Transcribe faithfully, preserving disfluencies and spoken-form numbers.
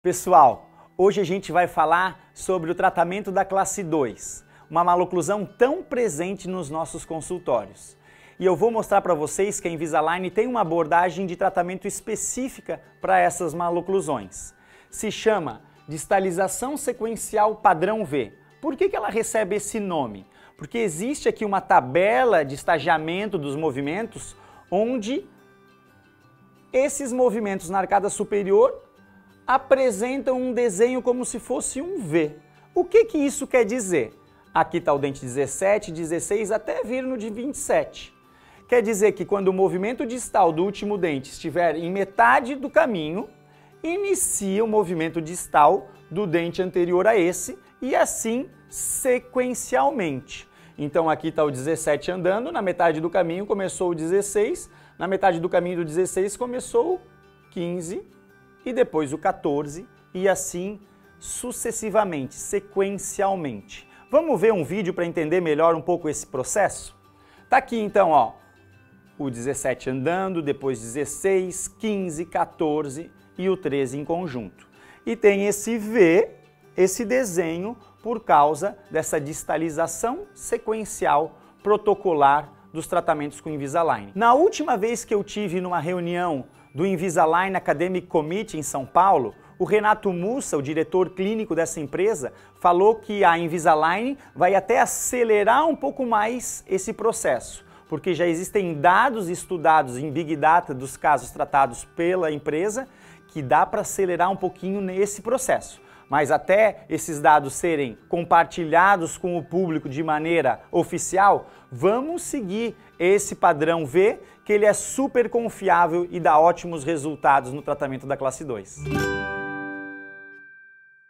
Pessoal, hoje a gente vai falar sobre o tratamento da classe dois, uma maloclusão tão presente nos nossos consultórios. E eu vou mostrar para vocês que a Invisalign tem uma abordagem de tratamento específica para essas maloclusões. Se chama distalização sequencial padrão V. Por que que ela recebe esse nome? Porque existe aqui uma tabela de estagiamento dos movimentos onde esses movimentos na arcada superior apresentam um desenho como se fosse um V. O que que isso quer dizer? Aqui está o dente dezessete, dezesseis, até vir no de vinte e sete. Quer dizer que quando o movimento distal do último dente estiver em metade do caminho, inicia o movimento distal do dente anterior a esse e assim sequencialmente. Então aqui está o dezessete andando, na metade do caminho começou o dezesseis, na metade do caminho do dezesseis começou o quinze e depois o quatorze e assim sucessivamente, sequencialmente. Vamos ver um vídeo para entender melhor um pouco esse processo? Tá aqui então, ó, o dezessete andando, depois dezesseis, quinze, quatorze e o treze em conjunto. E tem esse V, esse desenho, por causa dessa distalização sequencial protocolar dos tratamentos com Invisalign. Na última vez que eu tive numa reunião do Invisalign Academic Committee em São Paulo, o Renato Mussa, o diretor clínico dessa empresa, falou que a Invisalign vai até acelerar um pouco mais esse processo, porque já existem dados estudados em Big Data dos casos tratados pela empresa que dá para acelerar um pouquinho nesse processo. Mas até esses dados serem compartilhados com o público de maneira oficial, vamos seguir esse padrão V, que ele é super confiável e dá ótimos resultados no tratamento da classe dois.